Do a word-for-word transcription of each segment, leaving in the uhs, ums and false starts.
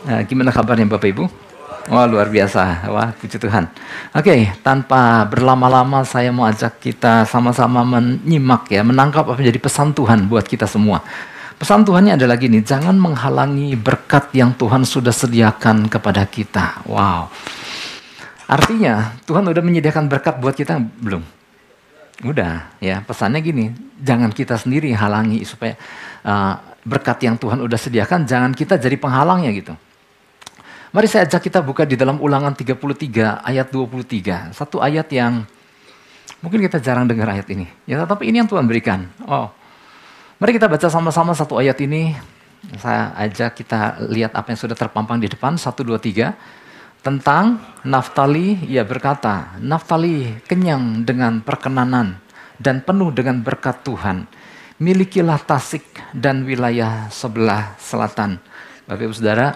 Uh, gimana kabarnya Bapak Ibu? Wah, luar biasa. Wah, puji Tuhan. Oke, okay, tanpa berlama-lama saya mau ajak kita sama-sama menyimak ya, menangkap apa yang jadi pesan Tuhan buat kita semua. Pesan Tuhannya adalah gini, jangan menghalangi berkat yang Tuhan sudah sediakan kepada kita. Wow. Artinya, Tuhan udah menyediakan berkat buat kita belum? Udah, ya. Pesannya gini, jangan kita sendiri halangi supaya uh, berkat yang Tuhan udah sediakan, jangan kita jadi penghalangnya gitu. Mari saya ajak kita buka di dalam Ulangan tiga puluh tiga ayat dua puluh tiga. Satu ayat yang mungkin kita jarang dengar ayat ini. Ya, tetapi ini yang Tuhan berikan. Oh. Mari kita baca sama-sama satu ayat ini. Saya ajak kita lihat apa yang sudah terpampang di depan. Satu, dua, tiga. Tentang Naftali, ia berkata, Naftali kenyang dengan perkenanan dan penuh dengan berkat Tuhan. Milikilah Tasik dan wilayah sebelah selatan. Bapak Ibu Saudara,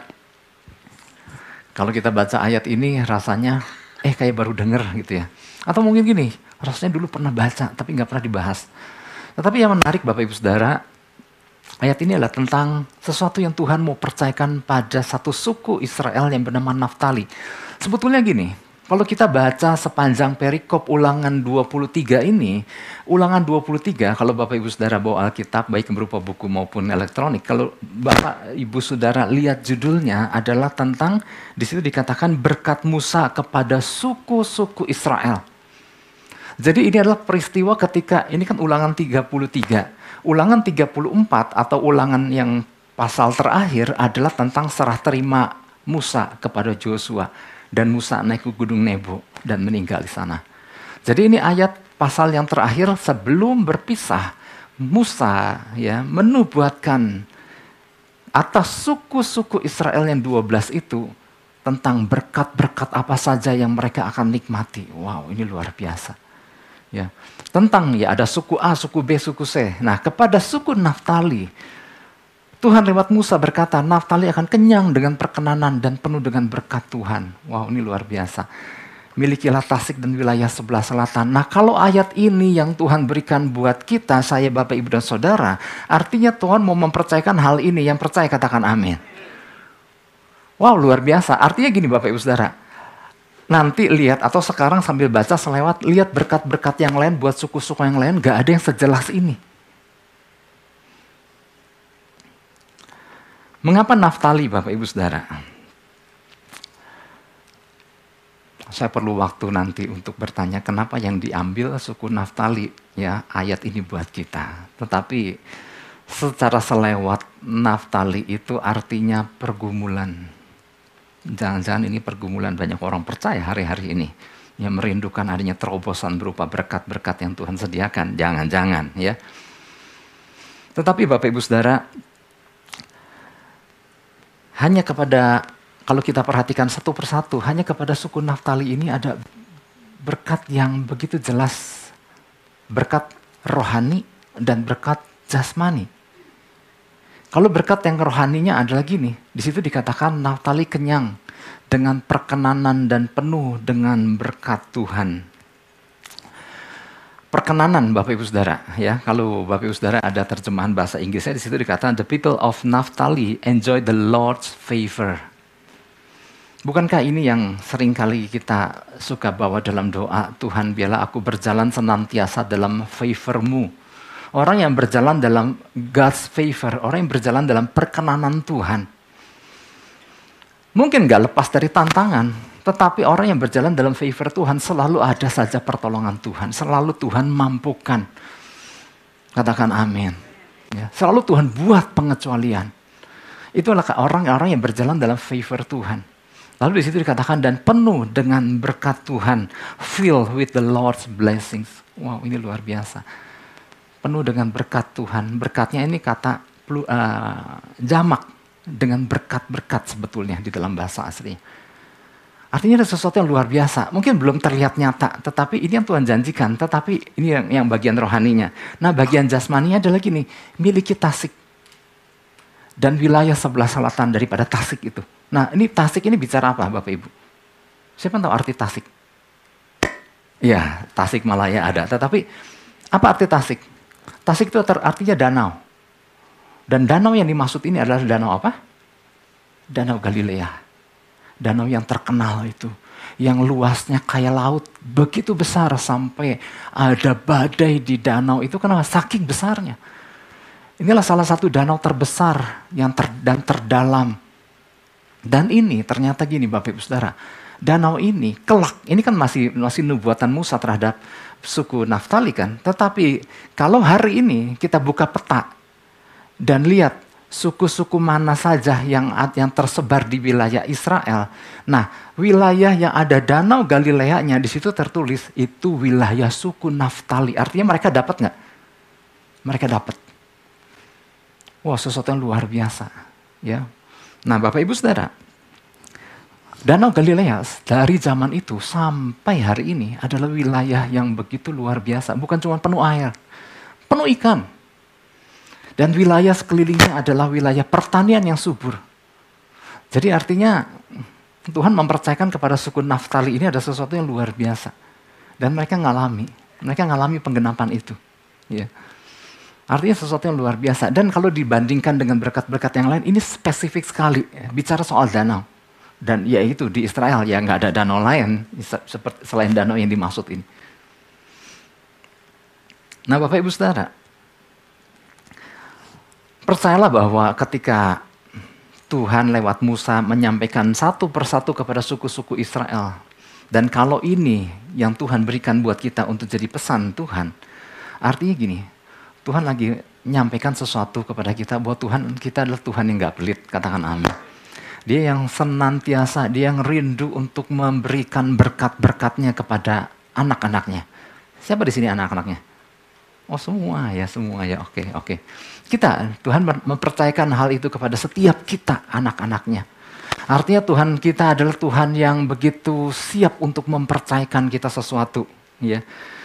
kalau kita baca ayat ini rasanya, eh kayak baru denger gitu ya. Atau mungkin gini, rasanya dulu pernah baca tapi nggak pernah dibahas. Tetapi yang menarik Bapak Ibu Saudara, ayat ini adalah tentang sesuatu yang Tuhan mau percayakan pada satu suku Israel yang bernama Naftali. Sebetulnya gini, kalau kita baca sepanjang perikop Ulangan dua puluh tiga ini, Ulangan dua puluh tiga, kalau Bapak Ibu Saudara bawa Alkitab, baik berupa buku maupun elektronik, kalau Bapak Ibu Saudara lihat judulnya adalah tentang, di situ dikatakan berkat Musa kepada suku-suku Israel. Jadi ini adalah peristiwa ketika, ini kan Ulangan tiga puluh tiga. Ulangan tiga puluh empat atau ulangan yang pasal terakhir adalah tentang serah terima Musa kepada Joshua. Dan Musa naik ke Gunung Nebo dan meninggal di sana. Jadi ini ayat pasal yang terakhir sebelum berpisah. Musa ya menubuatkan atas suku-suku Israel yang dua belas itu tentang berkat-berkat apa saja yang mereka akan nikmati. Wow, ini luar biasa. Ya, tentang ya ada suku A, suku B, suku C. Nah, kepada suku Naftali, Tuhan lewat Musa berkata, Naftali akan kenyang dengan perkenanan dan penuh dengan berkat Tuhan. Wow, ini luar biasa. Milikilah Tasik dan wilayah sebelah selatan. Nah, kalau ayat ini yang Tuhan berikan buat kita, saya Bapak Ibu dan Saudara, artinya Tuhan mau mempercayakan hal ini. Yang percaya katakan amin. Wow, luar biasa. Artinya gini Bapak Ibu Saudara. Nanti lihat atau sekarang sambil baca selewat, lihat berkat-berkat yang lain buat suku-suku yang lain, gak ada yang sejelas ini. Mengapa Naftali Bapak Ibu Saudara? Saya perlu waktu nanti untuk bertanya kenapa yang diambil suku Naftali ya ayat ini buat kita. Tetapi secara selewat Naftali itu artinya pergumulan. Jangan-jangan ini pergumulan banyak orang percaya hari-hari ini. Yang merindukan adanya terobosan berupa berkat-berkat yang Tuhan sediakan. Jangan-jangan ya. Tetapi Bapak Ibu Saudara, hanya kepada, kalau kita perhatikan satu persatu, hanya kepada suku Naftali ini ada berkat yang begitu jelas. Berkat rohani dan berkat jasmani. Kalau berkat yang rohaninya adalah gini, di situ dikatakan Naftali kenyang dengan perkenanan dan penuh dengan berkat Tuhan. Perkenanan Bapak Ibu Saudara, ya kalau Bapak Ibu Saudara ada terjemahan bahasa Inggrisnya di situ dikatakan the people of Naphtali enjoy the Lord's favor. Bukankah ini yang seringkali kita suka bawa dalam doa, Tuhan biarlah aku berjalan senantiasa dalam favor-Mu. Orang yang berjalan dalam God's favor, orang yang berjalan dalam perkenanan Tuhan. Mungkin gak lepas dari tantangan, tetapi orang yang berjalan dalam favor Tuhan selalu ada saja pertolongan Tuhan. Selalu Tuhan mampukan. Katakan amin. Ya, selalu Tuhan buat pengecualian. Itulah orang-orang yang berjalan dalam favor Tuhan. Lalu di situ dikatakan dan penuh dengan berkat Tuhan. Filled with the Lord's blessings. Wow, ini luar biasa. Penuh dengan berkat Tuhan. Berkatnya ini kata uh, jamak dengan berkat-berkat sebetulnya di dalam bahasa asli. Artinya ada sesuatu yang luar biasa. Mungkin belum terlihat nyata, tetapi ini yang Tuhan janjikan. Tetapi ini yang, yang bagian rohaninya. Nah bagian jasmaninya adalah gini, miliki Tasik. Dan wilayah sebelah selatan daripada Tasik itu. Nah ini Tasik ini bicara apa Bapak Ibu? Siapa tahu arti Tasik? Iya, Tasik Malaya ada. Tetapi apa arti Tasik? Tasik itu artinya danau. Dan danau yang dimaksud ini adalah danau apa? Danau Galilea. Danau yang terkenal itu. Yang luasnya kayak laut. Begitu besar sampai ada badai di danau itu. Kenapa? Saking besarnya. Inilah salah satu danau terbesar yang ter, dan terdalam. Dan ini ternyata gini Bapak Ibu Saudara. Danau ini kelak. Ini kan masih, masih nubuatan Musa terhadap suku Naftali kan. Tetapi kalau hari ini kita buka peta. Dan lihat suku-suku mana saja yang yang tersebar di wilayah Israel. Nah, wilayah yang ada Danau Galileanya di situ tertulis itu wilayah suku Naftali. Artinya mereka dapat nggak? Mereka dapat. Wah, sesuatu yang luar biasa, ya. Nah, Bapak Ibu Saudara, Danau Galilea dari zaman itu sampai hari ini adalah wilayah yang begitu luar biasa. Bukan cuma penuh air, penuh ikan. Dan wilayah sekelilingnya adalah wilayah pertanian yang subur. Jadi artinya Tuhan mempercayakan kepada suku Naftali ini ada sesuatu yang luar biasa. Dan mereka ngalami, mereka ngalami penggenapan itu. Ya. Artinya sesuatu yang luar biasa. Dan kalau dibandingkan dengan berkat-berkat yang lain, ini spesifik sekali. Bicara soal danau. Dan ya itu di Israel, ya nggak ada danau lain seperti selain danau yang dimaksud ini. Nah Bapak Ibu Saudara, percayalah bahwa ketika Tuhan lewat Musa menyampaikan satu persatu kepada suku-suku Israel. Dan kalau ini yang Tuhan berikan buat kita untuk jadi pesan Tuhan. Artinya gini, Tuhan lagi menyampaikan sesuatu kepada kita bahwa Tuhan kita adalah Tuhan yang gak pelit, katakan amin. Dia yang senantiasa, dia yang rindu untuk memberikan berkat-berkatnya kepada anak-anaknya. Siapa di sini anak-anaknya? Oh semua ya, semua ya, oke, oke. Kita, Tuhan mempercayakan hal itu kepada setiap kita anak-anaknya. Artinya Tuhan kita adalah Tuhan yang begitu siap untuk mempercayakan kita sesuatu. Ya.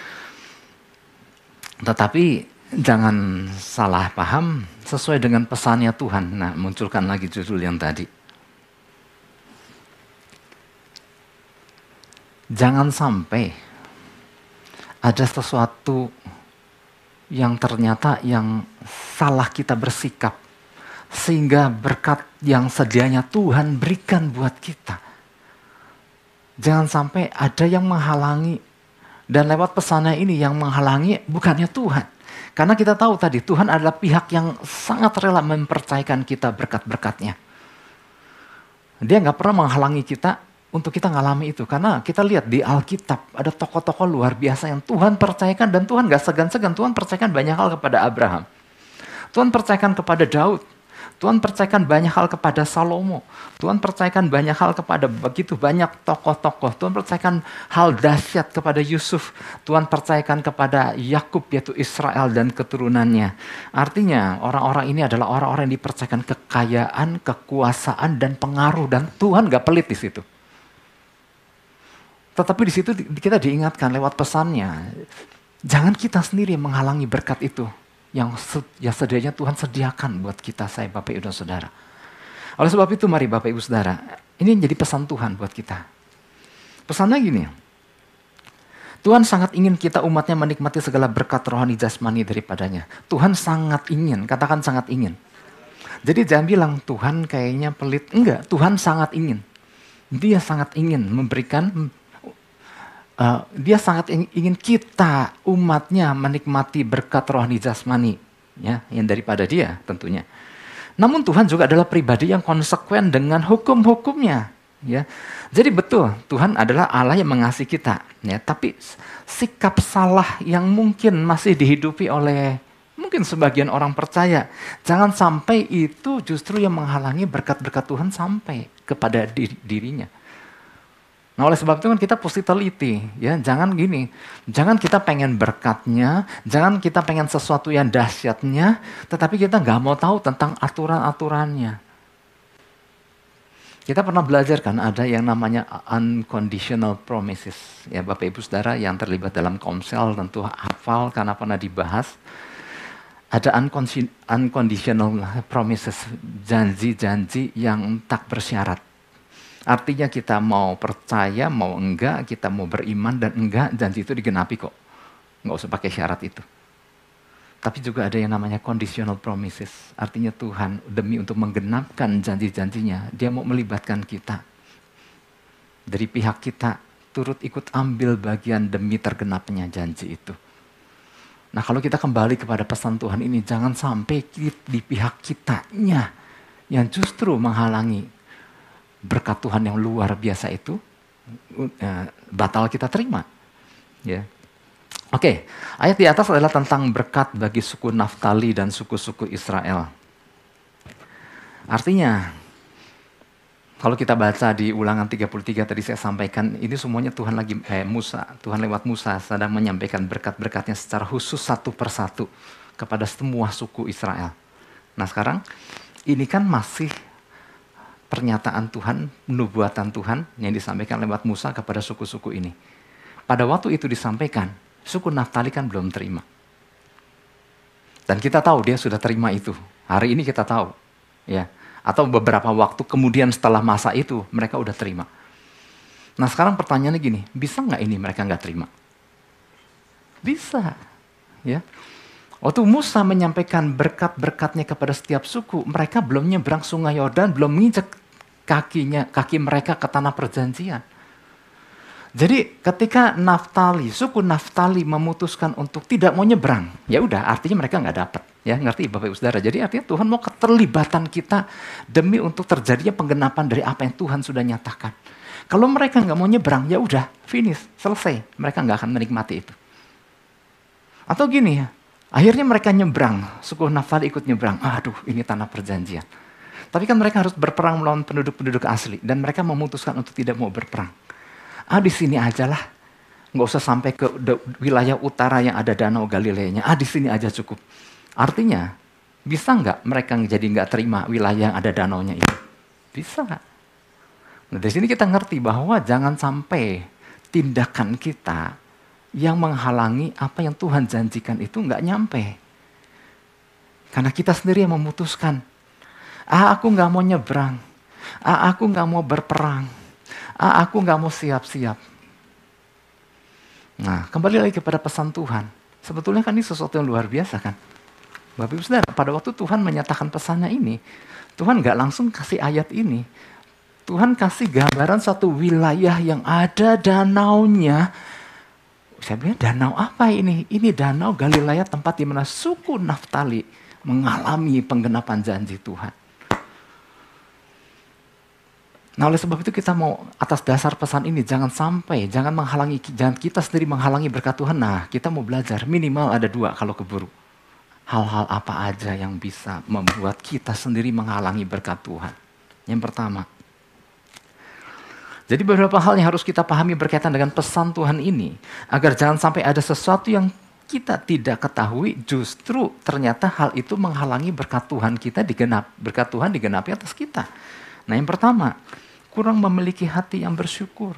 Tetapi jangan salah paham, sesuai dengan pesannya Tuhan. Nah, munculkan lagi judul yang tadi. Jangan sampai ada sesuatu yang ternyata yang salah kita bersikap. Sehingga berkat yang sedianya Tuhan berikan buat kita. Jangan sampai ada yang menghalangi. Dan lewat pesannya ini yang menghalangi bukannya Tuhan. Karena kita tahu tadi Tuhan adalah pihak yang sangat rela mempercayakan kita berkat-berkatnya. Dia nggak pernah menghalangi kita untuk kita ngalami itu. Karena kita lihat di Alkitab ada tokoh-tokoh luar biasa yang Tuhan percayakan dan Tuhan nggak segan-segan. Tuhan percayakan banyak hal kepada Abraham. Tuhan percayakan kepada Daud. Tuhan percayakan banyak hal kepada Salomo. Tuhan percayakan banyak hal kepada begitu banyak tokoh-tokoh. Tuhan percayakan hal dahsyat kepada Yusuf. Tuhan percayakan kepada Yakub yaitu Israel dan keturunannya. Artinya orang-orang ini adalah orang-orang yang dipercayakan kekayaan, kekuasaan dan pengaruh dan Tuhan gak pelit di situ. Tetapi di situ kita diingatkan lewat pesannya, jangan kita sendiri menghalangi berkat itu. Yang ya sedianya Tuhan sediakan buat kita, saya Bapak Ibu dan Saudara. Oleh sebab itu mari Bapak Ibu Saudara, ini menjadi pesan Tuhan buat kita. Pesannya gini, Tuhan sangat ingin kita umatnya menikmati segala berkat rohani jasmani daripadanya. Tuhan sangat ingin, katakan sangat ingin. Jadi jangan bilang Tuhan kayaknya pelit, enggak, Tuhan sangat ingin. Dia sangat ingin memberikan Uh, dia sangat ingin kita umatnya menikmati berkat rohani jasmani ya, yang daripada dia tentunya. Namun Tuhan juga adalah pribadi yang konsekuen dengan hukum-hukumnya ya. Jadi betul Tuhan adalah Allah yang mengasihi kita ya, tapi sikap salah yang mungkin masih dihidupi oleh mungkin sebagian orang percaya, jangan sampai itu justru yang menghalangi berkat-berkat Tuhan sampai kepada diri, dirinya. Nah oleh sebab itu kan kita mesti teliti, ya jangan gini, jangan kita pengen berkatnya, jangan kita pengen sesuatu yang dahsyatnya, tetapi kita nggak mau tahu tentang aturan-aturannya. Kita pernah belajar kan ada yang namanya unconditional promises, ya Bapak Ibu Saudara yang terlibat dalam Komsel tentu hafal karena pernah dibahas. Ada unconditional promises, janji-janji yang tak bersyarat. Artinya kita mau percaya, mau enggak, kita mau beriman dan enggak, janji itu digenapi kok. Nggak usah pakai syarat itu. Tapi juga ada yang namanya conditional promises. Artinya Tuhan demi untuk menggenapkan janji-janjinya, dia mau melibatkan kita. Dari pihak kita turut ikut ambil bagian demi tergenapnya janji itu. Nah kalau kita kembali kepada pesan Tuhan ini, jangan sampai di pihak kitanya yang justru menghalangi berkat Tuhan yang luar biasa itu, batal kita terima. Ya. Oke, ayat di atas adalah tentang berkat bagi suku Naftali dan suku-suku Israel. Artinya, kalau kita baca di Ulangan tiga puluh tiga tadi saya sampaikan, ini semuanya Tuhan lagi eh, Musa, Tuhan lewat Musa sedang menyampaikan berkat-berkatnya secara khusus satu persatu kepada semua suku Israel. Nah sekarang, ini kan masih pernyataan Tuhan, nubuatan Tuhan yang disampaikan lewat Musa kepada suku-suku ini. Pada waktu itu disampaikan, suku Naftali kan belum terima. Dan kita tahu dia sudah terima itu. Hari ini kita tahu. Ya. Atau beberapa waktu kemudian setelah masa itu, mereka udah terima. Nah sekarang pertanyaannya gini, bisa nggak ini mereka nggak terima? Bisa. Ya. Waktu Musa menyampaikan berkat-berkatnya kepada setiap suku, mereka belum nyebrang sungai Yordan, belum menginjak kakinya, kaki mereka ke tanah perjanjian. Jadi ketika Naftali, suku Naftali memutuskan untuk tidak mau nyebrang, ya udah artinya mereka nggak dapat, ya ngerti Bapak Ibu Saudara. Jadi artinya Tuhan mau keterlibatan kita demi untuk terjadinya penggenapan dari apa yang Tuhan sudah nyatakan. Kalau mereka nggak mau nyebrang, ya udah finish, selesai, mereka nggak akan menikmati itu. Atau gini ya, akhirnya mereka nyebrang, suku Naftali ikut nyebrang, aduh ini tanah perjanjian. Tapi kan mereka harus berperang melawan penduduk-penduduk asli dan mereka memutuskan untuk tidak mau berperang. Ah di sini aja lah, nggak usah sampai ke wilayah utara yang ada danau Galileanya. Ah di sini aja cukup. Artinya bisa nggak mereka jadi nggak terima wilayah yang ada danaunya itu? Bisa. Nah dari sini kita ngerti bahwa jangan sampai tindakan kita yang menghalangi apa yang Tuhan janjikan itu nggak nyampe. Karena kita sendiri yang memutuskan. Ah aku nggak mau nyebrang. Ah aku nggak mau berperang. Ah, aku nggak mau siap-siap. Nah, kembali lagi kepada pesan Tuhan. Sebetulnya kan ini sesuatu yang luar biasa kan. Bapak Ibu Saudara, pada waktu Tuhan menyatakan pesannya ini, Tuhan nggak langsung kasih ayat ini. Tuhan kasih gambaran satu wilayah yang ada danaunya. Saya bilang, danau apa ini? Ini danau Galilea, tempat di mana suku Naftali mengalami penggenapan janji Tuhan. Nah oleh sebab itu kita mau atas dasar pesan ini jangan sampai, jangan menghalangi, jangan kita sendiri menghalangi berkat Tuhan. Nah kita mau belajar minimal ada dua kalau keburu. Hal-hal apa aja yang bisa membuat kita sendiri menghalangi berkat Tuhan. Yang pertama, jadi beberapa hal yang harus kita pahami berkaitan dengan pesan Tuhan ini. Agar jangan sampai ada sesuatu yang kita tidak ketahui, justru ternyata hal itu menghalangi berkat Tuhan kita digenap, berkat Tuhan digenapi atas kita. Nah yang pertama, kurang memiliki hati yang bersyukur.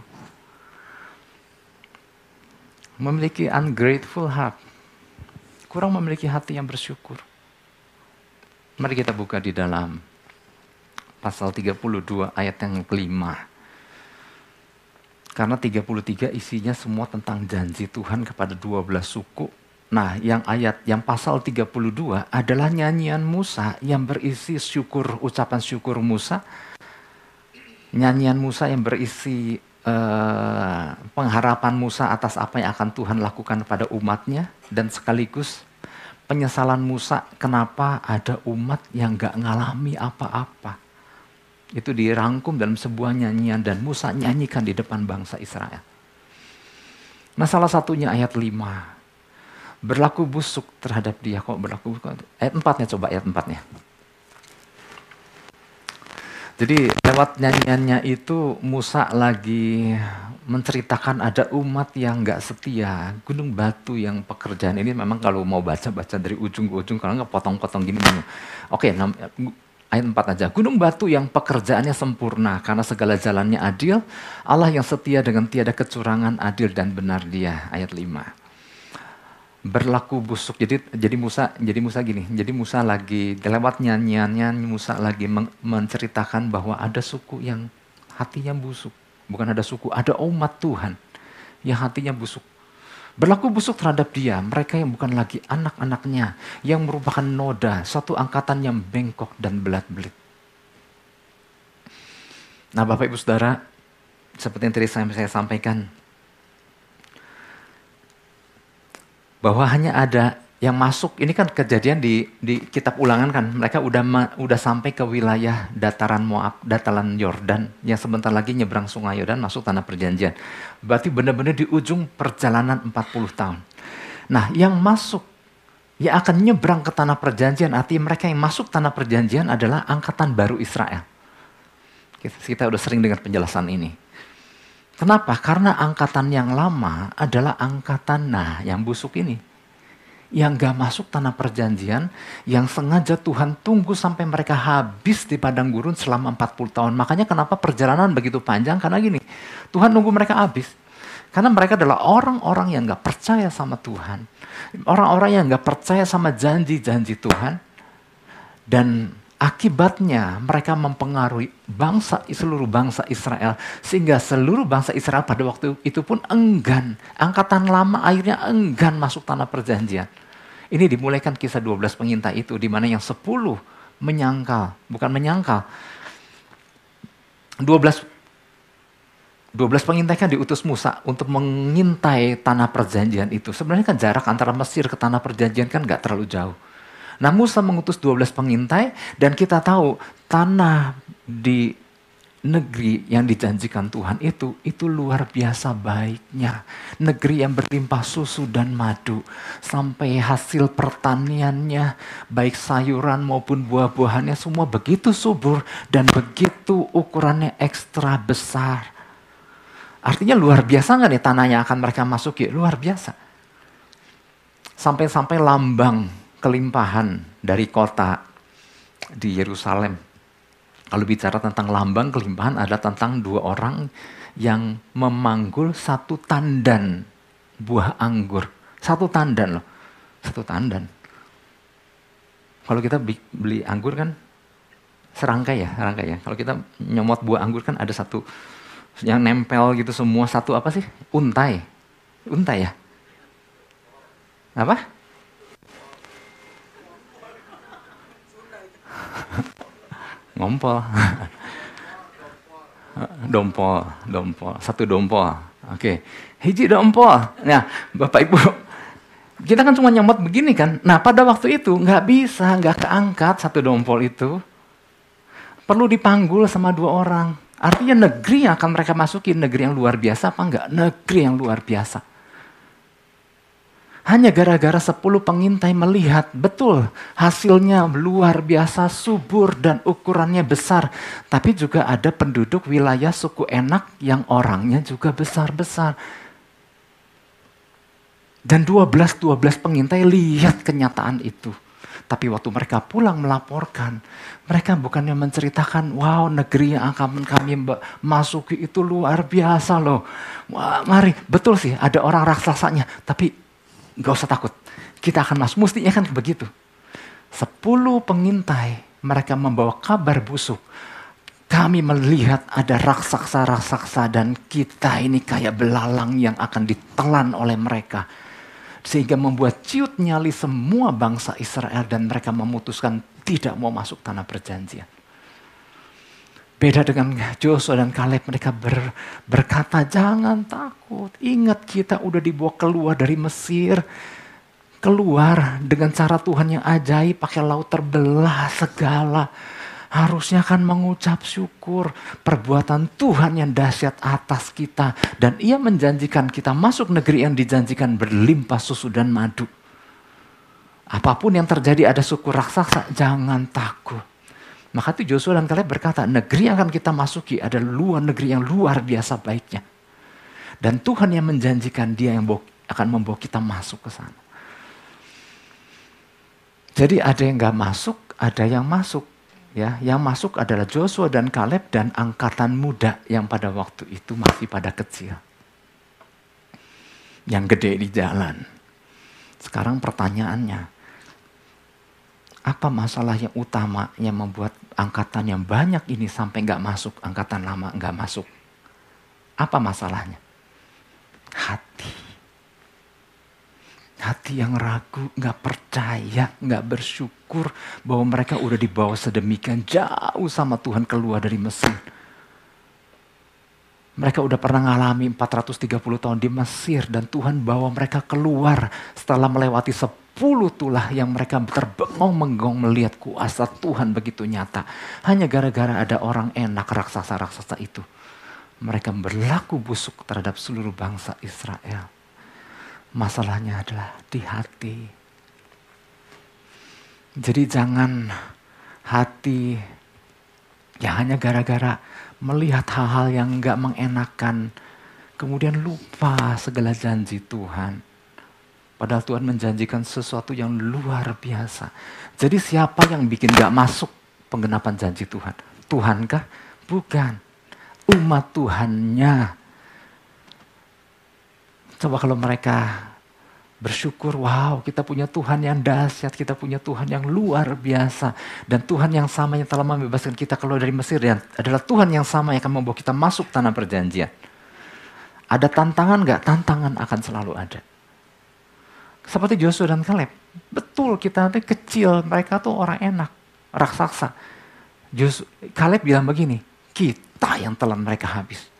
Memiliki ungrateful heart. Kurang memiliki hati yang bersyukur. Mari kita buka di dalam pasal tiga puluh dua ayat yang kelima. Karena tiga puluh tiga isinya semua tentang janji Tuhan kepada dua belas suku. Nah, yang ayat yang pasal tiga puluh dua adalah nyanyian Musa yang berisi syukur, ucapan syukur Musa. Nyanyian Musa yang berisi uh, pengharapan Musa atas apa yang akan Tuhan lakukan pada umatnya. Dan sekaligus penyesalan Musa kenapa ada umat yang gak ngalami apa-apa. Itu dirangkum dalam sebuah nyanyian dan Musa nyanyikan di depan bangsa Israel. Nah salah satunya ayat lima. Berlaku busuk terhadap dia. Kok berlaku busuk? Ayat empatnya coba ayat empatnya. Jadi lewat nyanyiannya itu Musa lagi menceritakan ada umat yang gak setia, gunung batu yang pekerjaan ini memang kalau mau baca-baca dari ujung ke ujung, kalau nggak potong-potong gini. Oke, ayat empat aja. Gunung batu yang pekerjaannya sempurna karena segala jalannya adil, Allah yang setia dengan tiada kecurangan, adil dan benar dia. Ayat lima. Berlaku busuk. Jadi jadi Musa jadi Musa gini. Jadi Musa lagi lewat nyanyiannya Musa lagi men- menceritakan bahwa ada suku yang hatinya busuk. Bukan ada suku, ada umat Tuhan yang hatinya busuk. Berlaku busuk terhadap dia, mereka yang bukan lagi anak-anaknya, yang merupakan noda, suatu angkatan yang bengkok dan belat-belit. Nah Bapak Ibu Saudara, seperti yang tadi saya sampaikan, bahwa hanya ada yang masuk, ini kan kejadian di, di kitab Ulangan kan, mereka udah ma, udah sampai ke wilayah dataran Moab, dataran Yordan, yang sebentar lagi nyebrang sungai Yordan masuk tanah perjanjian. Berarti benar-benar di ujung perjalanan empat puluh tahun. Nah yang masuk, yang akan nyebrang ke tanah perjanjian, artinya mereka yang masuk tanah perjanjian adalah angkatan baru Israel. Kita, kita udah sering dengar penjelasan ini. Kenapa? Karena angkatan yang lama adalah angkatan nah yang busuk ini. Yang gak masuk tanah perjanjian, yang sengaja Tuhan tunggu sampai mereka habis di padang gurun selama empat puluh tahun. Makanya kenapa perjalanan begitu panjang? Karena gini, Tuhan nunggu mereka habis. Karena mereka adalah orang-orang yang gak percaya sama Tuhan. Orang-orang yang gak percaya sama janji-janji Tuhan. Dan akibatnya mereka mempengaruhi bangsa, seluruh bangsa Israel. Sehingga seluruh bangsa Israel pada waktu itu pun enggan. Angkatan lama akhirnya enggan masuk tanah perjanjian. Ini dimulaikan kisah dua belas pengintai itu, di mana yang sepuluh menyangkal, bukan menyangkal. dua belas, dua belas pengintai kan diutus Musa untuk mengintai tanah perjanjian itu. Sebenarnya kan jarak antara Mesir ke tanah perjanjian kan gak terlalu jauh. Nah Musa mengutus dua belas pengintai, dan kita tahu tanah di negeri yang dijanjikan Tuhan itu, itu luar biasa baiknya. Negeri yang berlimpah susu dan madu. Sampai hasil pertaniannya, baik sayuran maupun buah-buahannya semua begitu subur dan begitu ukurannya ekstra besar. Artinya luar biasa nggak nih tanah yang akan mereka masuki? Luar biasa. Sampai-sampai lambang kelimpahan dari kota di Yerusalem. Kalau bicara tentang lambang kelimpahan, ada tentang dua orang yang memanggul satu tandan buah anggur. Satu tandan loh, satu tandan. Kalau kita beli anggur kan serangkai ya, serangkai ya. Kalau kita nyomot buah anggur kan ada satu yang nempel gitu semua, satu apa sih? Untai. Untai ya? Apa? Ngompol. Dompol, dompol. Satu dompol. Oke. Hiji dompol. Nah, Bapak Ibu, kita kan cuma nyomot begini kan. Nah, pada waktu itu nggak bisa, nggak keangkat satu dompol itu. Perlu dipanggul sama dua orang. Artinya negeri yang akan mereka masuki, negeri yang luar biasa apa enggak? Negeri yang luar biasa. Hanya gara-gara sepuluh pengintai melihat, betul hasilnya luar biasa subur dan ukurannya besar. Tapi juga ada penduduk wilayah suku Enak yang orangnya juga besar-besar. Dan dua belas dua belas pengintai lihat kenyataan itu. Tapi waktu mereka pulang melaporkan, mereka bukannya menceritakan, wow negeri yang akan kami masuki itu luar biasa loh. Wah, mari, betul sih ada orang raksasanya, tapi gak usah takut, kita akan masuk. Mestinya kan begitu. Sepuluh pengintai, mereka membawa kabar busuk. Kami melihat ada raksasa-raksasa dan kita ini kayak belalang yang akan ditelan oleh mereka. Sehingga membuat ciut nyali semua bangsa Israel dan mereka memutuskan tidak mau masuk tanah perjanjian. Beda dengan Joshua dan Kaleb, mereka ber, berkata jangan takut. Ingat kita udah dibawa keluar dari Mesir. Keluar dengan cara Tuhan yang ajaib, pakai laut terbelah segala. Harusnya kan mengucap syukur. Perbuatan Tuhan yang dahsyat atas kita. Dan ia menjanjikan kita masuk negeri yang dijanjikan berlimpah susu dan madu. Apapun yang terjadi ada suku raksasa, jangan takut. Maka itu Joshua dan Kaleb berkata, negeri yang akan kita masuki adalah luar negeri yang luar biasa baiknya. Dan Tuhan yang menjanjikan dia yang akan membawa kita masuk ke sana. Jadi ada yang gak masuk, ada yang masuk. Ya, yang masuk adalah Joshua dan Kaleb dan angkatan muda yang pada waktu itu masih pada kecil. Yang gede di jalan. Sekarang pertanyaannya, apa masalah yang utama yang membuat angkatan yang banyak ini sampai gak masuk, angkatan lama gak masuk? Apa masalahnya? Hati. Hati yang ragu, gak percaya, gak bersyukur bahwa mereka udah dibawa sedemikian jauh sama Tuhan keluar dari Mesir. Mereka udah pernah ngalami empat ratus tiga puluh tahun di Mesir dan Tuhan bawa mereka keluar setelah melewati sepuluh tulah yang mereka terbengong-menggong melihat kuasa Tuhan begitu nyata. Hanya gara-gara ada orang enak raksasa-raksasa itu. Mereka berlaku busuk terhadap seluruh bangsa Israel. Masalahnya adalah di hati. Jadi jangan hati yang hanya gara-gara melihat hal-hal yang gak mengenakan, kemudian lupa segala janji Tuhan. Padahal Tuhan menjanjikan sesuatu yang luar biasa. Jadi siapa yang bikin gak masuk penggenapan janji Tuhan? Tuhankah? Bukan. Umat Tuhannya. Coba kalau mereka bersyukur, wow kita punya Tuhan yang dahsyat, kita punya Tuhan yang luar biasa. Dan Tuhan yang sama yang telah membebaskan kita keluar dari Mesir dan adalah Tuhan yang sama yang akan membawa kita masuk tanah perjanjian. Ada tantangan gak? Tantangan akan selalu ada. Seperti Joshua dan Kaleb. Betul kita nanti kecil, mereka tuh orang enak, raksasa. Joshua, Kaleb bilang begini, kita yang telan mereka habis.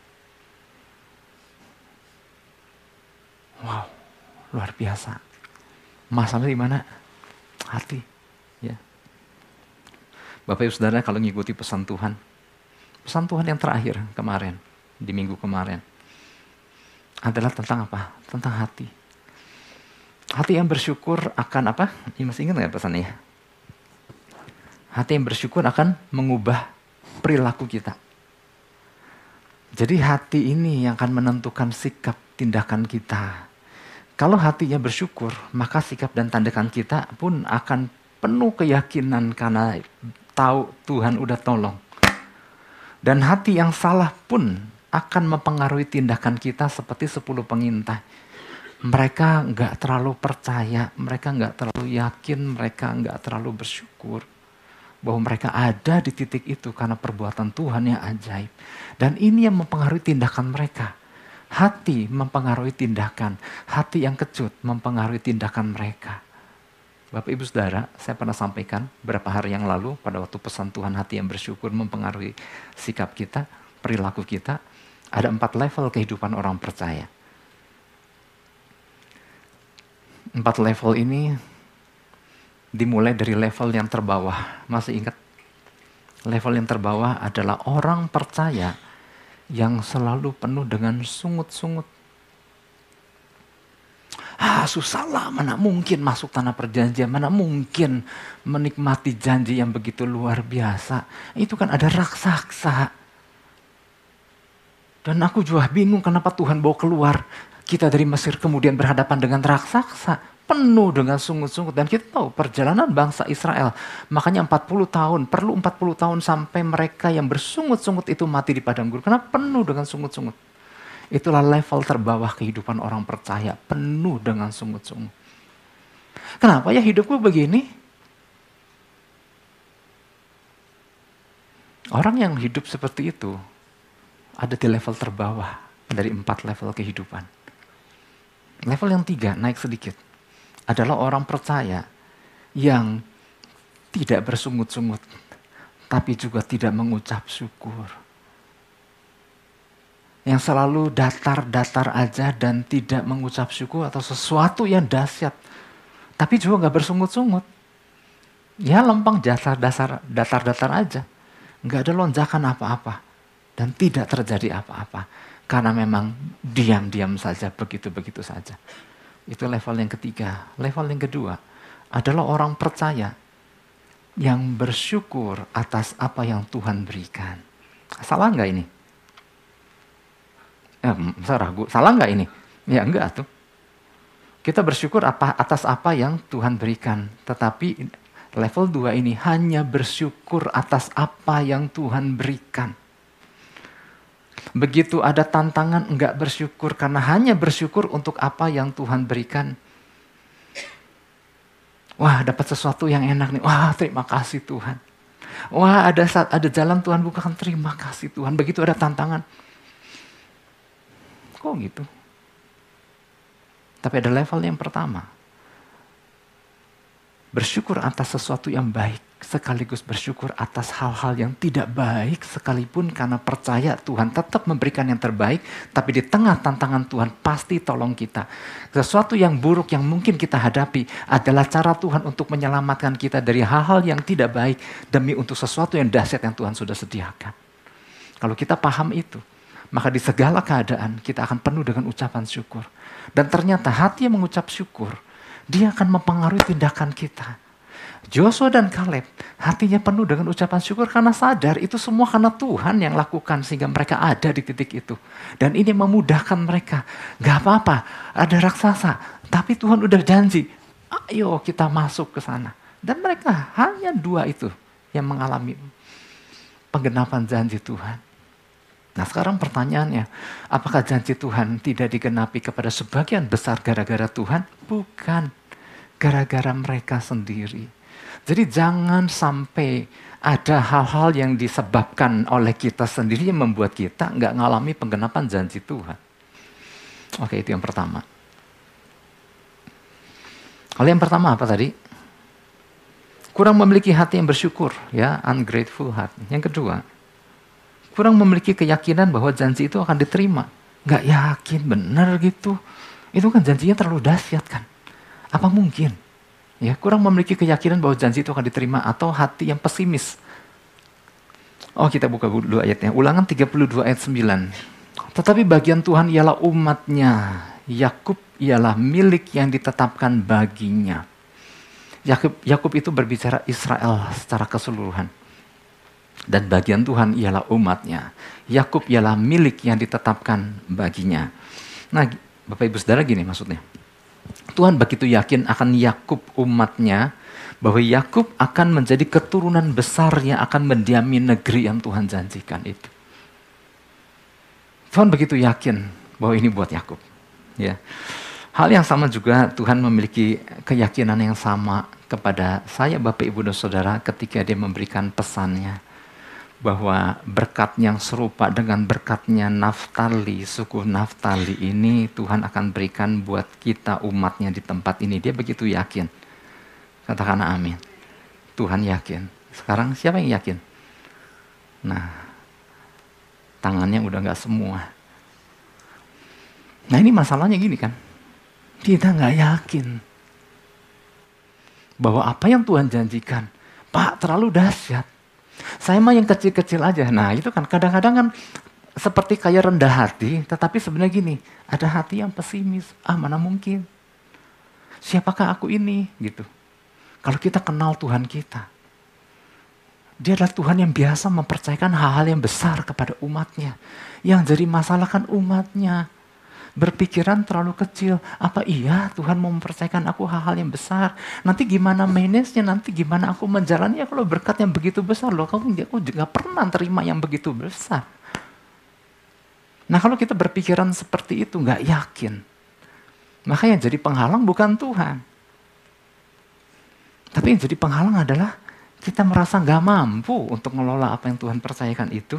Wow, luar biasa. Masalahnya di mana? Hati. Ya. Bapak Ibu Saudara kalau ngikuti pesan Tuhan, pesan Tuhan yang terakhir kemarin, di minggu kemarin, adalah tentang apa? Tentang hati. Hati yang bersyukur akan apa? Ini masih ingat nggak pesannya? Hati yang bersyukur akan mengubah perilaku kita. Jadi hati ini yang akan menentukan sikap tindakan kita. Kalau hatinya bersyukur, maka sikap dan tindakan kita pun akan penuh keyakinan karena tahu Tuhan udah tolong. Dan hati yang salah pun akan mempengaruhi tindakan kita seperti sepuluh pengintai. Mereka nggak terlalu percaya, mereka nggak terlalu yakin, mereka nggak terlalu bersyukur bahwa mereka ada di titik itu karena perbuatan Tuhan yang ajaib. Dan ini yang mempengaruhi tindakan mereka. Hati mempengaruhi tindakan. Hati yang kecut mempengaruhi tindakan mereka. Bapak Ibu Saudara, saya pernah sampaikan beberapa hari yang lalu pada waktu pesan Tuhan hati yang bersyukur mempengaruhi sikap kita, perilaku kita. Ada empat level kehidupan orang percaya. Empat level ini dimulai dari level yang terbawah. Masih ingat? Level yang terbawah adalah orang percaya yang selalu penuh dengan sungut-sungut. Ah susah lah, mana mungkin masuk tanah perjanjian, mana mungkin menikmati janji yang begitu luar biasa. Itu kan ada raksasa. Dan aku juga bingung kenapa Tuhan bawa keluar kita dari Mesir kemudian berhadapan dengan raksasa. Penuh dengan sungut-sungut. Dan kita tahu perjalanan bangsa Israel. Makanya empat puluh tahun, perlu empat puluh tahun sampai mereka yang bersungut-sungut itu mati di padang gurun. Karena penuh dengan sungut-sungut. Itulah level terbawah kehidupan orang percaya. Penuh dengan sungut-sungut. Kenapa ya hidupku begini? Orang yang hidup seperti itu ada di level terbawah dari empat level kehidupan. Level yang tiga, naik sedikit, adalah orang percaya yang tidak bersungut-sungut, tapi juga tidak mengucap syukur. Yang selalu datar-datar aja dan tidak mengucap syukur atau sesuatu yang dahsyat, tapi juga gak bersungut-sungut. Ya lempeng datar-datar datar-datar aja, gak ada lonjakan apa-apa, dan tidak terjadi apa-apa. Karena memang diam-diam saja, begitu-begitu saja. Itu level yang ketiga. Level yang kedua adalah orang percaya yang bersyukur atas apa yang Tuhan berikan. Salah nggak ini? Eh, saya ragu. Salah nggak ini? Ya enggak tuh. Kita bersyukur apa atas apa yang Tuhan berikan. Tetapi level dua ini hanya bersyukur atas apa yang Tuhan berikan. Begitu ada tantangan enggak bersyukur karena hanya bersyukur untuk apa yang Tuhan berikan. Wah, dapat sesuatu yang enak nih. Wah, terima kasih Tuhan. Wah, ada saat ada jalan Tuhan bukakan, terima kasih Tuhan. Begitu ada tantangan. Kok gitu? Tapi ada level yang pertama. Bersyukur atas sesuatu yang baik, sekaligus bersyukur atas hal-hal yang tidak baik, sekalipun karena percaya Tuhan tetap memberikan yang terbaik, tapi di tengah tantangan Tuhan pasti tolong kita. Sesuatu yang buruk yang mungkin kita hadapi adalah cara Tuhan untuk menyelamatkan kita dari hal-hal yang tidak baik, demi untuk sesuatu yang dahsyat yang Tuhan sudah sediakan. Kalau kita paham itu, maka di segala keadaan kita akan penuh dengan ucapan syukur. Dan ternyata hati yang mengucap syukur, dia akan mempengaruhi tindakan kita. Joshua dan Kaleb hatinya penuh dengan ucapan syukur karena sadar itu semua karena Tuhan yang lakukan sehingga mereka ada di titik itu. Dan ini memudahkan mereka. Gak apa-apa, ada raksasa, tapi Tuhan udah janji, ayo kita masuk ke sana. Dan mereka hanya dua itu yang mengalami penggenapan janji Tuhan. Nah sekarang pertanyaannya, apakah janji Tuhan tidak digenapi kepada sebagian besar gara-gara Tuhan? Bukan. Gara-gara mereka sendiri. Jadi jangan sampai ada hal-hal yang disebabkan oleh kita sendiri yang membuat kita nggak ngalami penggenapan janji Tuhan. Oke, itu yang pertama. Kalau yang pertama apa tadi? Kurang memiliki hati yang bersyukur, ya, ungrateful heart. Yang kedua, kurang memiliki keyakinan bahwa janji itu akan diterima. Nggak yakin, benar gitu. Itu kan janjinya terlalu dahsyat kan. Apa mungkin? Ya, kurang memiliki keyakinan bahwa janji itu akan diterima atau hati yang pesimis. Oh, kita buka dulu ayatnya. Ulangan tiga puluh dua ayat sembilan. Tetapi bagian Tuhan ialah umatnya. Yakub ialah milik yang ditetapkan baginya. Yakub, Yakub itu berbicara Israel secara keseluruhan. Dan bagian Tuhan ialah umatnya. Yakub ialah milik yang ditetapkan baginya. Nah, Bapak Ibu Saudara gini maksudnya. Tuhan begitu yakin akan Yakub umatnya, bahwa Yakub akan menjadi keturunan besar yang akan mendiami negeri yang Tuhan janjikan itu. Tuhan begitu yakin bahwa ini buat Yakub. Ya. Hal yang sama juga Tuhan memiliki keyakinan yang sama kepada saya, Bapak Ibu dan Saudara, ketika Dia memberikan pesannya. Bahwa berkat yang serupa dengan berkatnya Naftali, suku Naftali ini Tuhan akan berikan buat kita umatnya di tempat ini. Dia begitu yakin. Katakan amin. Tuhan yakin. Sekarang siapa yang yakin? Nah, tangannya udah gak semua. Nah ini masalahnya gini kan. Kita gak yakin. Bahwa apa yang Tuhan janjikan, Pak, terlalu dahsyat. Saya mah yang kecil-kecil aja. Nah itu kan kadang-kadang kan seperti kayak rendah hati, tetapi sebenarnya gini, ada hati yang pesimis. Ah mana mungkin? Siapakah aku ini? Gitu. Kalau kita kenal Tuhan kita, Dia adalah Tuhan yang biasa mempercayakan hal-hal yang besar kepada umatnya. Yang jadi masalah kan umatnya. Berpikiran terlalu kecil. Apa iya Tuhan mau mempercayakan aku hal-hal yang besar? Nanti gimana manage-nya? Nanti gimana aku menjalannya kalau berkat yang begitu besar? Loh, aku juga pernah terima yang begitu besar. Nah kalau kita berpikiran seperti itu, nggak yakin. Maka yang jadi penghalang bukan Tuhan. Tapi yang jadi penghalang adalah kita merasa nggak mampu untuk mengelola apa yang Tuhan percayakan itu.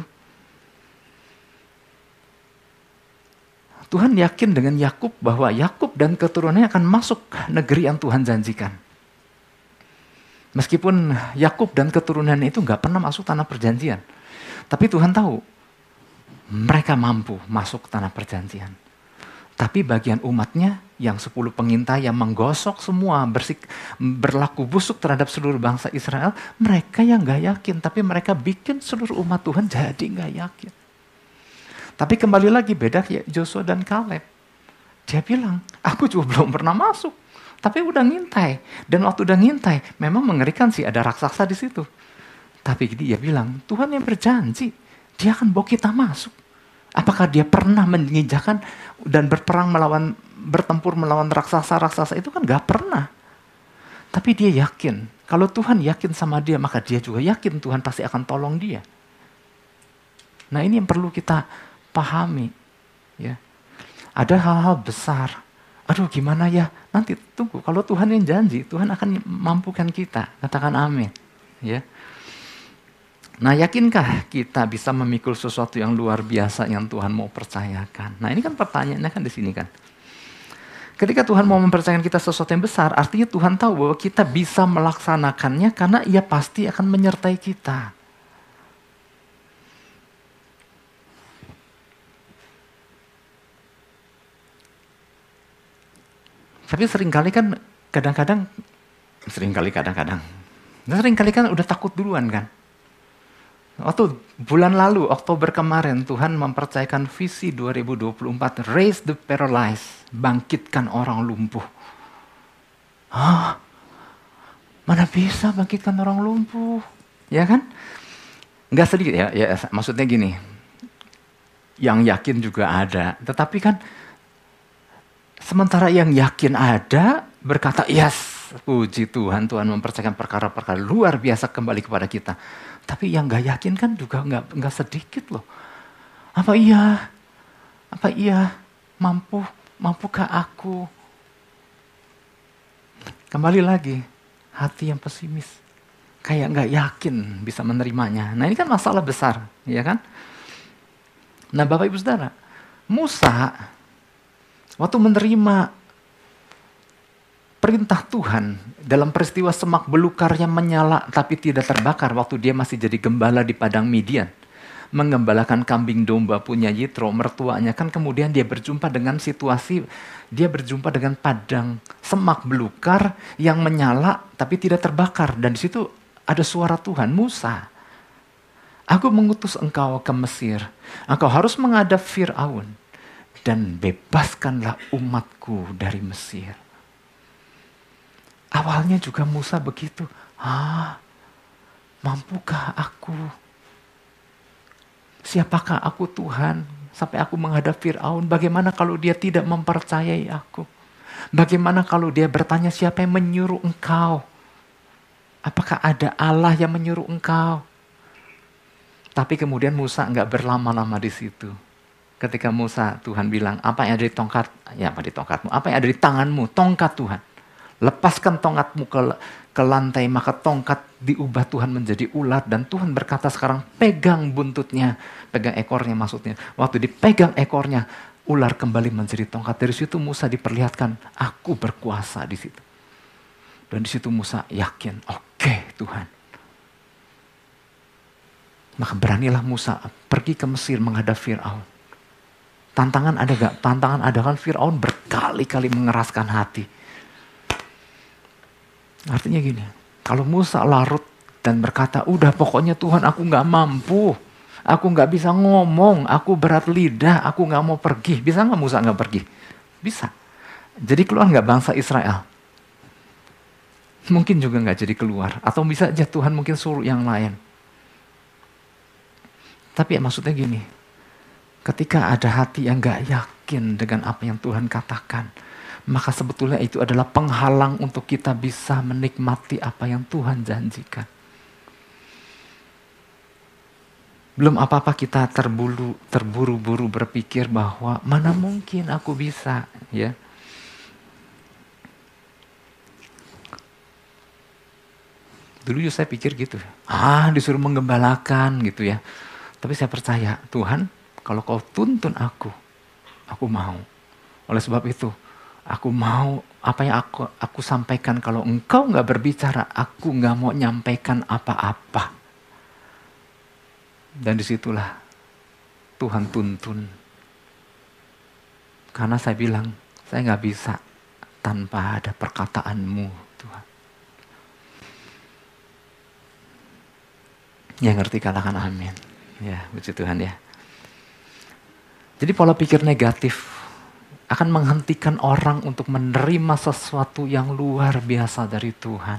Tuhan yakin dengan Yakub bahwa Yakub dan keturunannya akan masuk negeri yang Tuhan janjikan. Meskipun Yakub dan keturunannya itu nggak pernah masuk tanah perjanjian. Tapi Tuhan tahu mereka mampu masuk tanah perjanjian. Tapi bagian umatnya yang sepuluh pengintai yang menggosok semua, bersik, berlaku busuk terhadap seluruh bangsa Israel, mereka yang nggak yakin. Tapi mereka bikin seluruh umat Tuhan jadi nggak yakin. Tapi kembali lagi beda ya Joshua dan Kaleb. Dia bilang, aku juga belum pernah masuk. Tapi udah ngintai. Dan waktu udah ngintai, memang mengerikan sih ada raksasa di situ. Tapi dia bilang, Tuhan yang berjanji, Dia akan bawa kita masuk. Apakah dia pernah menginjakan dan berperang melawan, bertempur melawan raksasa-raksasa itu kan gak pernah. Tapi dia yakin, kalau Tuhan yakin sama dia, maka dia juga yakin Tuhan pasti akan tolong dia. Nah ini yang perlu kita pahami. Ya. Ada hal-hal besar. Aduh gimana ya, nanti tunggu. Kalau Tuhan yang janji, Tuhan akan mampukan kita. Katakan amin. Ya. Nah yakinkah kita bisa memikul sesuatu yang luar biasa yang Tuhan mau percayakan? Nah ini kan pertanyaannya kan di sini kan. Ketika Tuhan mau mempercayakan kita sesuatu yang besar, artinya Tuhan tahu bahwa kita bisa melaksanakannya karena Ia pasti akan menyertai kita. Tapi seringkali kan kadang-kadang, seringkali kadang-kadang, seringkali kan udah takut duluan kan. Waktu bulan lalu, Oktober kemarin, Tuhan mempercayakan visi dua ribu dua puluh empat, raise the paralyzed, bangkitkan orang lumpuh. Hah? Mana bisa bangkitkan orang lumpuh? Ya kan? Nggak sedikit ya, ya, maksudnya gini, yang yakin juga ada, tetapi kan sementara yang yakin ada, berkata, yes, puji Tuhan, Tuhan mempercayakan perkara-perkara luar biasa kembali kepada kita. Tapi yang gak yakin kan juga gak, gak sedikit loh. Apa iya? Apa iya? Mampu? Mampukah aku? Kembali lagi, hati yang pesimis. Kayak gak yakin bisa menerimanya. Nah ini kan masalah besar, ya kan? Nah Bapak Ibu Saudara, Musa waktu menerima perintah Tuhan dalam peristiwa semak belukarnya menyala tapi tidak terbakar waktu dia masih jadi gembala di padang Midian. Menggembalakan kambing domba punya Yitro, mertuanya, kan kemudian dia berjumpa dengan situasi, dia berjumpa dengan padang semak belukar yang menyala tapi tidak terbakar. Dan di situ ada suara Tuhan, Musa, aku mengutus engkau ke Mesir, engkau harus menghadap Fir'aun dan bebaskanlah umatku dari Mesir. Awalnya juga Musa begitu. Ah, mampukah aku? Siapakah aku Tuhan sampai aku menghadap Fir'aun? Bagaimana kalau dia tidak mempercayai aku? Bagaimana kalau dia bertanya siapa yang menyuruh engkau? Apakah ada Allah yang menyuruh engkau? Tapi kemudian Musa enggak berlama-lama di situ. Ketika Musa, Tuhan bilang, apa yang ada di tongkat, ya apa di tongkatmu, apa yang ada di tanganmu, tongkat Tuhan. Lepaskan tongkatmu ke, ke lantai, maka tongkat diubah Tuhan menjadi ular. Dan Tuhan berkata sekarang, pegang buntutnya, pegang ekornya maksudnya. Waktu dipegang ekornya, ular kembali menjadi tongkat. Dari situ Musa diperlihatkan, aku berkuasa di situ. Dan di situ Musa yakin, oke okay, Tuhan. Maka beranilah Musa pergi ke Mesir menghadap Fir'aun. Tantangan ada gak? Tantangan ada kan, Fir'aun berkali-kali mengeraskan hati. Artinya gini, kalau Musa larut dan berkata, udah pokoknya Tuhan aku gak mampu. Aku gak bisa ngomong, aku berat lidah, aku gak mau pergi. Bisa gak Musa gak pergi? Bisa. Jadi keluar gak bangsa Israel? Mungkin juga gak jadi keluar. Atau bisa aja Tuhan mungkin suruh yang lain. Tapi ya maksudnya gini, ketika ada hati yang gak yakin dengan apa yang Tuhan katakan, maka sebetulnya itu adalah penghalang untuk kita bisa menikmati apa yang Tuhan janjikan. Belum apa-apa kita terburu, terburu-buru berpikir bahwa mana mungkin aku bisa, ya. Dulu juga saya pikir gitu, ah disuruh menggembalakan gitu ya. Tapi saya percaya, Tuhan, kalau kau tuntun aku, aku mau. Oleh sebab itu, aku mau apa yang aku aku sampaikan. Kalau engkau gak berbicara, aku gak mau nyampaikan apa-apa. Dan disitulah Tuhan tuntun. Karena saya bilang, saya gak bisa tanpa ada perkataanmu, Tuhan. Yang ngerti katakan amin. Ya, puji Tuhan ya. Jadi pola pikir negatif akan menghentikan orang untuk menerima sesuatu yang luar biasa dari Tuhan.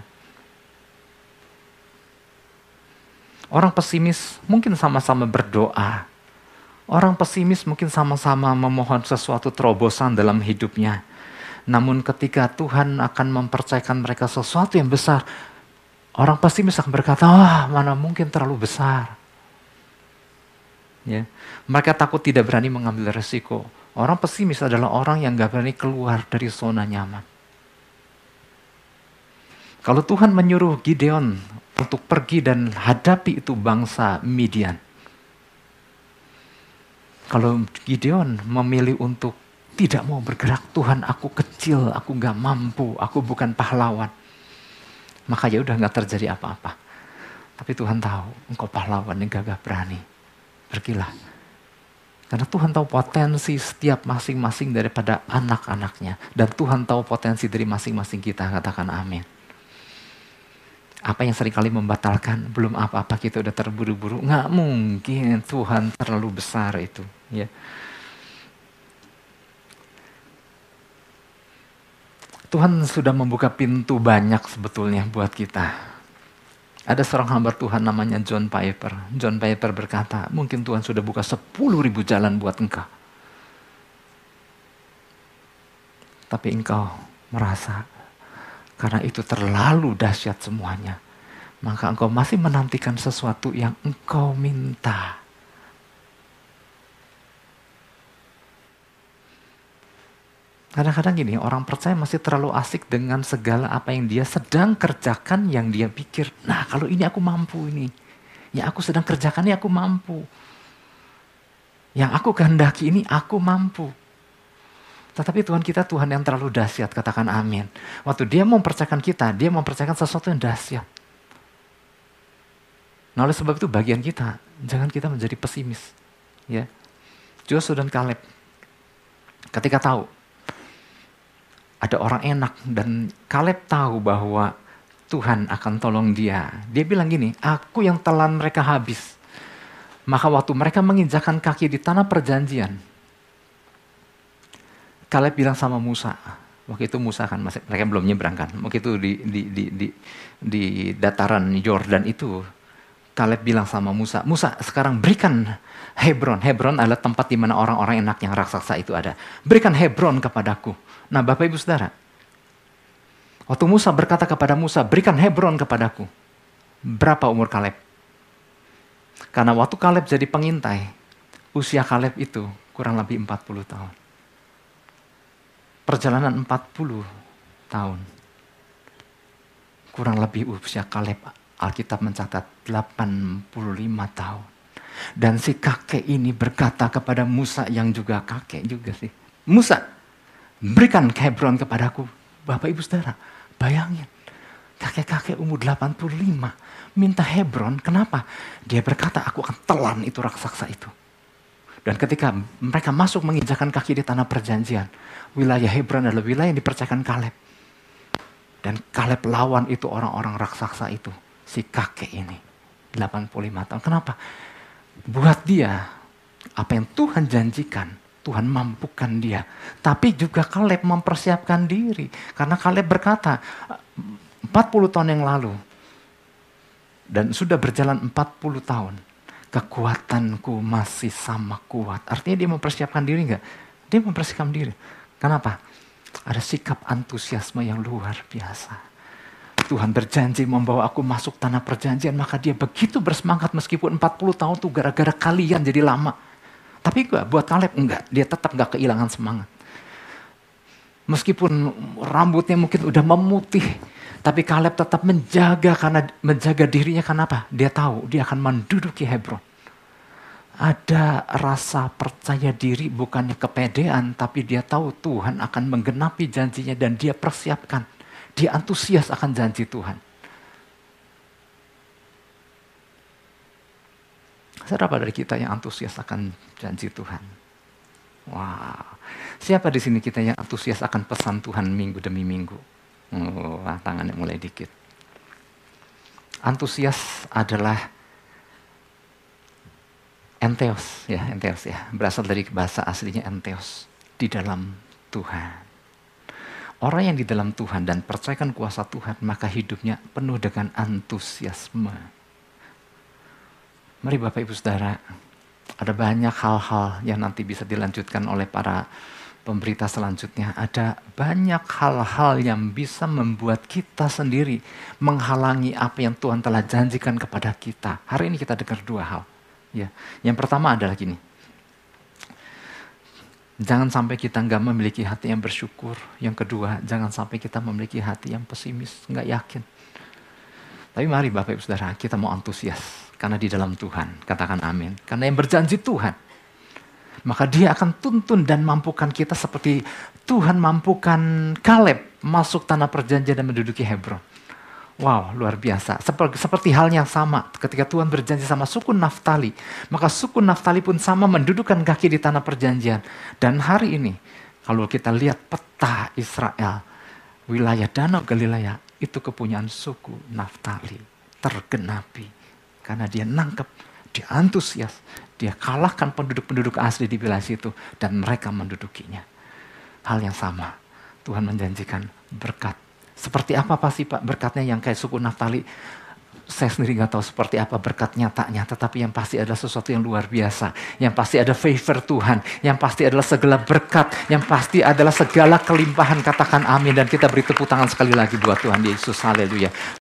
Orang pesimis mungkin sama-sama berdoa. Orang pesimis mungkin sama-sama memohon sesuatu terobosan dalam hidupnya. Namun ketika Tuhan akan mempercayakan mereka sesuatu yang besar, orang pesimis akan berkata, wah mana mungkin terlalu besar. Ya. Mereka takut tidak berani mengambil resiko. Orang pesimis adalah orang yang gak berani keluar dari zona nyaman. Kalau Tuhan menyuruh Gideon untuk pergi dan hadapi itu bangsa Midian. Kalau Gideon memilih untuk tidak mau bergerak. Tuhan, aku kecil, aku gak mampu, aku bukan pahlawan. Maka ya udah gak terjadi apa-apa. Tapi Tuhan tahu, engkau pahlawan yang gagah berani. Pergilah. Karena Tuhan tahu potensi setiap masing-masing daripada anak-anaknya. Dan Tuhan tahu potensi dari masing-masing kita, katakan amin. Apa yang seringkali membatalkan, belum apa-apa kita udah terburu-buru. Nggak mungkin, Tuhan terlalu besar itu. Ya. Tuhan sudah membuka pintu banyak sebetulnya buat kita. Ada seorang hamba Tuhan namanya John Piper. John Piper berkata, mungkin Tuhan sudah buka sepuluh ribu jalan buat engkau. Tapi engkau merasa, karena itu terlalu dahsyat semuanya, maka engkau masih menantikan sesuatu yang engkau minta. Kadang-kadang gini, orang percaya masih terlalu asik dengan segala apa yang dia sedang kerjakan, yang dia pikir, nah kalau ini aku mampu ini. Yang aku sedang kerjakan ini aku mampu. Yang aku kehendaki ini aku mampu. Tetapi Tuhan kita Tuhan yang terlalu dahsyat, katakan amin. Waktu dia mau mempercayakan kita, dia mau mempercayakan sesuatu yang dahsyat. Nah oleh sebab itu bagian kita, jangan kita menjadi pesimis. Ya, Joshua dan Kaleb, ketika tahu, ada orang enak dan Kaleb tahu bahwa Tuhan akan tolong dia. Dia bilang gini, aku yang telan mereka habis. Maka waktu mereka menginjakan kaki di tanah perjanjian, Kaleb bilang sama Musa, waktu itu Musa kan masih, mereka belum nyebrang kan, waktu itu di, di, di, di, di dataran Yordan itu, Kaleb bilang sama Musa, Musa sekarang berikan Hebron. Hebron adalah tempat di mana orang-orang enak yang raksasa itu ada. Berikan Hebron kepadaku. Nah Bapak Ibu Saudara, waktu Musa berkata kepada Musa, berikan Hebron kepadaku. Berapa umur Kaleb? Karena waktu Kaleb jadi pengintai, usia Kaleb itu kurang lebih empat puluh tahun. Perjalanan empat puluh tahun. Kurang lebih usia Kaleb, Alkitab mencatat delapan puluh lima tahun. Dan si kakek ini berkata kepada Musa yang juga kakek juga sih. Musa, berikan Hebron kepadaku. Bapak Ibu Saudara, bayangin. Kakek-kakek umur delapan puluh lima minta Hebron. Kenapa? Dia berkata, aku akan telan itu raksasa itu. Dan ketika mereka masuk menginjakan kaki di tanah perjanjian, wilayah Hebron adalah wilayah yang dipercayakan Kaleb. Dan Kaleb lawan itu orang-orang raksasa itu. Si kakek ini. delapan puluh lima tahun. Kenapa? Buat dia, apa yang Tuhan janjikan, Tuhan mampukan dia. Tapi juga Kaleb mempersiapkan diri. Karena Kaleb berkata, empat puluh tahun yang lalu, dan sudah berjalan empat puluh tahun, kekuatanku masih sama kuat. Artinya dia mempersiapkan diri enggak? Dia mempersiapkan diri. Kenapa? Ada sikap antusiasme yang luar biasa. Tuhan berjanji membawa aku masuk tanah perjanjian, maka dia begitu bersemangat meskipun empat puluh tahun itu gara-gara kalian jadi lama. Tapi enggak, buat Kaleb enggak, dia tetap enggak kehilangan semangat. Meskipun rambutnya mungkin udah memutih, tapi Kaleb tetap menjaga karena menjaga dirinya. Kenapa? Dia tahu dia akan menduduki Hebron. Ada rasa percaya diri, bukannya kepedean, tapi dia tahu Tuhan akan menggenapi janjinya dan dia persiapkan. Dia antusias akan janji Tuhan. Siapa dari kita yang antusias akan janji Tuhan? Wow. Siapa di sini kita yang antusias akan pesan Tuhan minggu demi minggu? Oh, tangannya mulai dikit. Antusias adalah entheos, ya, entheos ya, berasal dari bahasa aslinya entheos, di dalam Tuhan. Orang yang di dalam Tuhan dan percayakan kuasa Tuhan, maka hidupnya penuh dengan antusiasme. Mari Bapak Ibu Saudara, ada banyak hal-hal yang nanti bisa dilanjutkan oleh para pemberita selanjutnya. Ada banyak hal-hal yang bisa membuat kita sendiri menghalangi apa yang Tuhan telah janjikan kepada kita. Hari ini kita dengar dua hal. Ya, yang pertama adalah gini. Jangan sampai kita nggak memiliki hati yang bersyukur. Yang kedua, jangan sampai kita memiliki hati yang pesimis, nggak yakin. Tapi mari Bapak Ibu Saudara, kita mau antusias. Karena di dalam Tuhan, katakan amin. Karena yang berjanji Tuhan. maka dia akan tuntun dan mampukan kita seperti Tuhan mampukan Kaleb masuk tanah perjanjian dan menduduki Hebron. Wow, luar biasa. Seperti, seperti hal yang sama ketika Tuhan berjanji sama suku Naftali, maka suku Naftali pun sama mendudukkan kaki di tanah perjanjian. Dan hari ini, kalau kita lihat peta Israel, wilayah Danau Galilea, itu kepunyaan suku Naftali. Tergenapi. Karena dia nangkep, dia antusias, dia kalahkan penduduk-penduduk asli di wilayah situ, dan mereka mendudukinya. Hal yang sama, Tuhan menjanjikan berkat. Seperti apa pasti Pak berkatnya yang kayak suku Naftali? Saya sendiri nggak tahu seperti apa berkat nyatanya, tetapi yang pasti adalah sesuatu yang luar biasa. Yang pasti ada favor Tuhan, yang pasti adalah segala berkat, yang pasti adalah segala kelimpahan. Katakan amin dan kita beri tepuk tangan sekali lagi buat Tuhan Yesus. Haleluya.